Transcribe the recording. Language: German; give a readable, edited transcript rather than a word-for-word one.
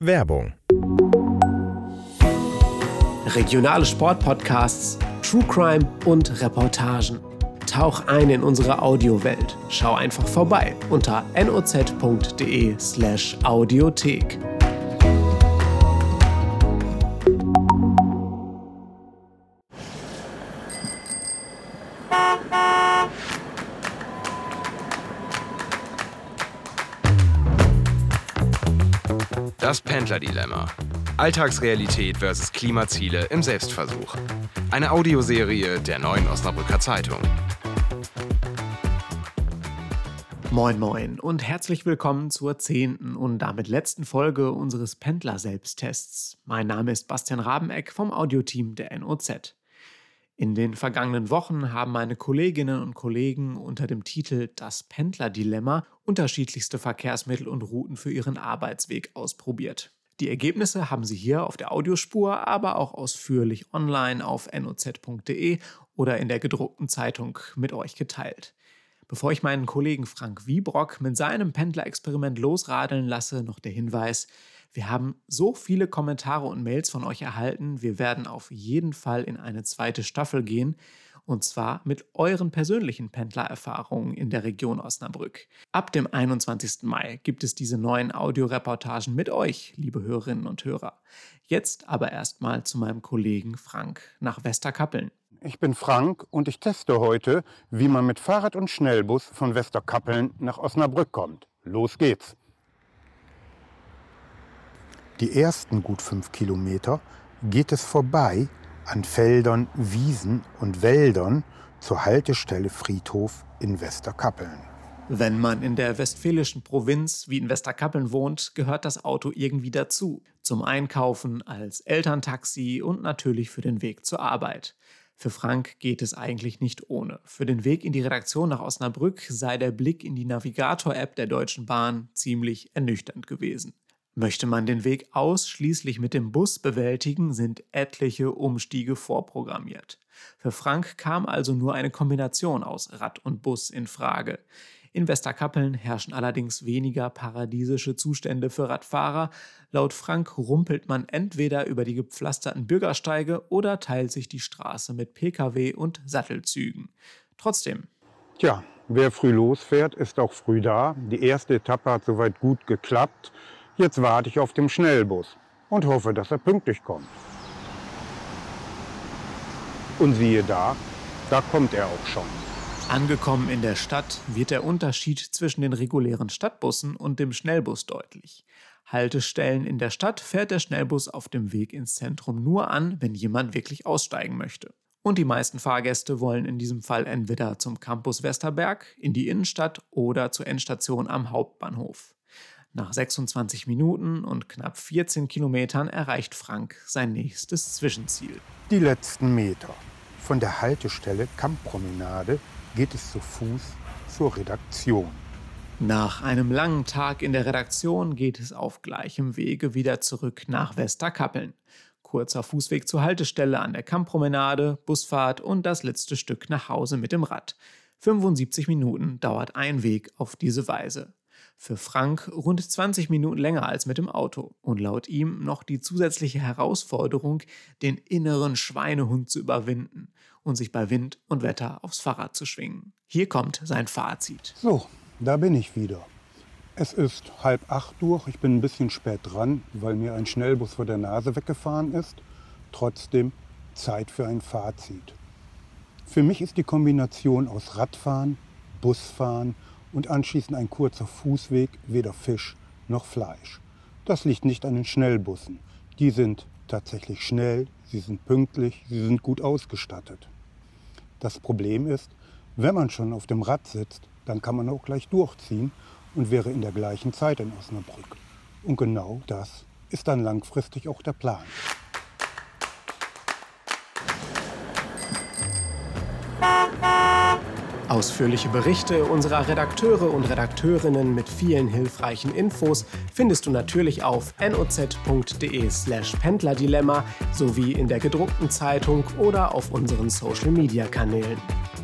Werbung. Regionale Sportpodcasts, True Crime und Reportagen. Tauch ein in unsere Audiowelt. Schau einfach vorbei unter noz.de/Audiothek. Das Pendler-Dilemma. Alltagsrealität versus Klimaziele im Selbstversuch. Eine Audioserie der Neuen Osnabrücker Zeitung. Moin moin und herzlich willkommen zur 10. und damit letzten Folge unseres Pendler-Selbsttests. Mein Name ist Bastian Rabeneck vom Audioteam der NOZ. In den vergangenen Wochen haben meine Kolleginnen und Kollegen unter dem Titel Das Pendler-Dilemma unterschiedlichste Verkehrsmittel und Routen für ihren Arbeitsweg ausprobiert. Die Ergebnisse haben sie hier auf der Audiospur, aber auch ausführlich online auf noz.de oder in der gedruckten Zeitung mit euch geteilt. Bevor ich meinen Kollegen Frank Wiebrock mit seinem Pendler-Experiment losradeln lasse, noch der Hinweis: Wir haben so viele Kommentare und Mails von euch erhalten, wir werden auf jeden Fall in eine zweite Staffel gehen, und zwar mit euren persönlichen Pendlererfahrungen in der Region Osnabrück. Ab dem 21. Mai gibt es diese neuen Audioreportagen mit euch, liebe Hörerinnen und Hörer. Jetzt aber erstmal zu meinem Kollegen Frank nach Westerkappeln. Ich bin Frank und ich teste heute, wie man mit Fahrrad und Schnellbus von Westerkappeln nach Osnabrück kommt. Los geht's! Die ersten gut 5 Kilometer geht es vorbei an Feldern, Wiesen und Wäldern zur Haltestelle Friedhof in Westerkappeln. Wenn man in der westfälischen Provinz wie in Westerkappeln wohnt, gehört das Auto irgendwie dazu. Zum Einkaufen, als Elterntaxi und natürlich für den Weg zur Arbeit. Für Frank geht es eigentlich nicht ohne. Für den Weg in die Redaktion nach Osnabrück sei der Blick in die Navigator-App der Deutschen Bahn ziemlich ernüchternd gewesen. Möchte man den Weg ausschließlich mit dem Bus bewältigen, sind etliche Umstiege vorprogrammiert. Für Frank kam also nur eine Kombination aus Rad und Bus in Frage. In Westerkappeln herrschen allerdings weniger paradiesische Zustände für Radfahrer. Laut Frank rumpelt man entweder über die gepflasterten Bürgersteige oder teilt sich die Straße mit Pkw und Sattelzügen. Trotzdem. Tja, wer früh losfährt, ist auch früh da. Die erste Etappe hat soweit gut geklappt. Jetzt warte ich auf den Schnellbus und hoffe, dass er pünktlich kommt. Und siehe da kommt er auch schon. Angekommen in der Stadt wird der Unterschied zwischen den regulären Stadtbussen und dem Schnellbus deutlich. Haltestellen in der Stadt fährt der Schnellbus auf dem Weg ins Zentrum nur an, wenn jemand wirklich aussteigen möchte. Und die meisten Fahrgäste wollen in diesem Fall entweder zum Campus Westerberg, in die Innenstadt oder zur Endstation am Hauptbahnhof. Nach 26 Minuten und knapp 14 Kilometern erreicht Frank sein nächstes Zwischenziel. Die letzten Meter. Von der Haltestelle Kamppromenade geht es zu Fuß zur Redaktion. Nach einem langen Tag in der Redaktion geht es auf gleichem Wege wieder zurück nach Westerkappeln. Kurzer Fußweg zur Haltestelle an der Kamppromenade, Busfahrt und das letzte Stück nach Hause mit dem Rad. 75 Minuten dauert ein Weg auf diese Weise. Für Frank rund 20 Minuten länger als mit dem Auto und laut ihm noch die zusätzliche Herausforderung, den inneren Schweinehund zu überwinden und sich bei Wind und Wetter aufs Fahrrad zu schwingen. Hier kommt sein Fazit. So, da bin ich wieder. Es ist 7:30 durch, ich bin ein bisschen spät dran, weil mir ein Schnellbus vor der Nase weggefahren ist. Trotzdem Zeit für ein Fazit. Für mich ist die Kombination aus Radfahren, Busfahren und anschließend ein kurzer Fußweg weder Fisch noch Fleisch. Das liegt nicht an den Schnellbussen. Die sind tatsächlich schnell, sie sind pünktlich, sie sind gut ausgestattet. Das Problem ist, wenn man schon auf dem Rad sitzt, dann kann man auch gleich durchziehen und wäre in der gleichen Zeit in Osnabrück. Und genau das ist dann langfristig auch der Plan. Ausführliche Berichte unserer Redakteure und Redakteurinnen mit vielen hilfreichen Infos findest du natürlich auf noz.de/Pendlerdilemma sowie in der gedruckten Zeitung oder auf unseren Social-Media-Kanälen.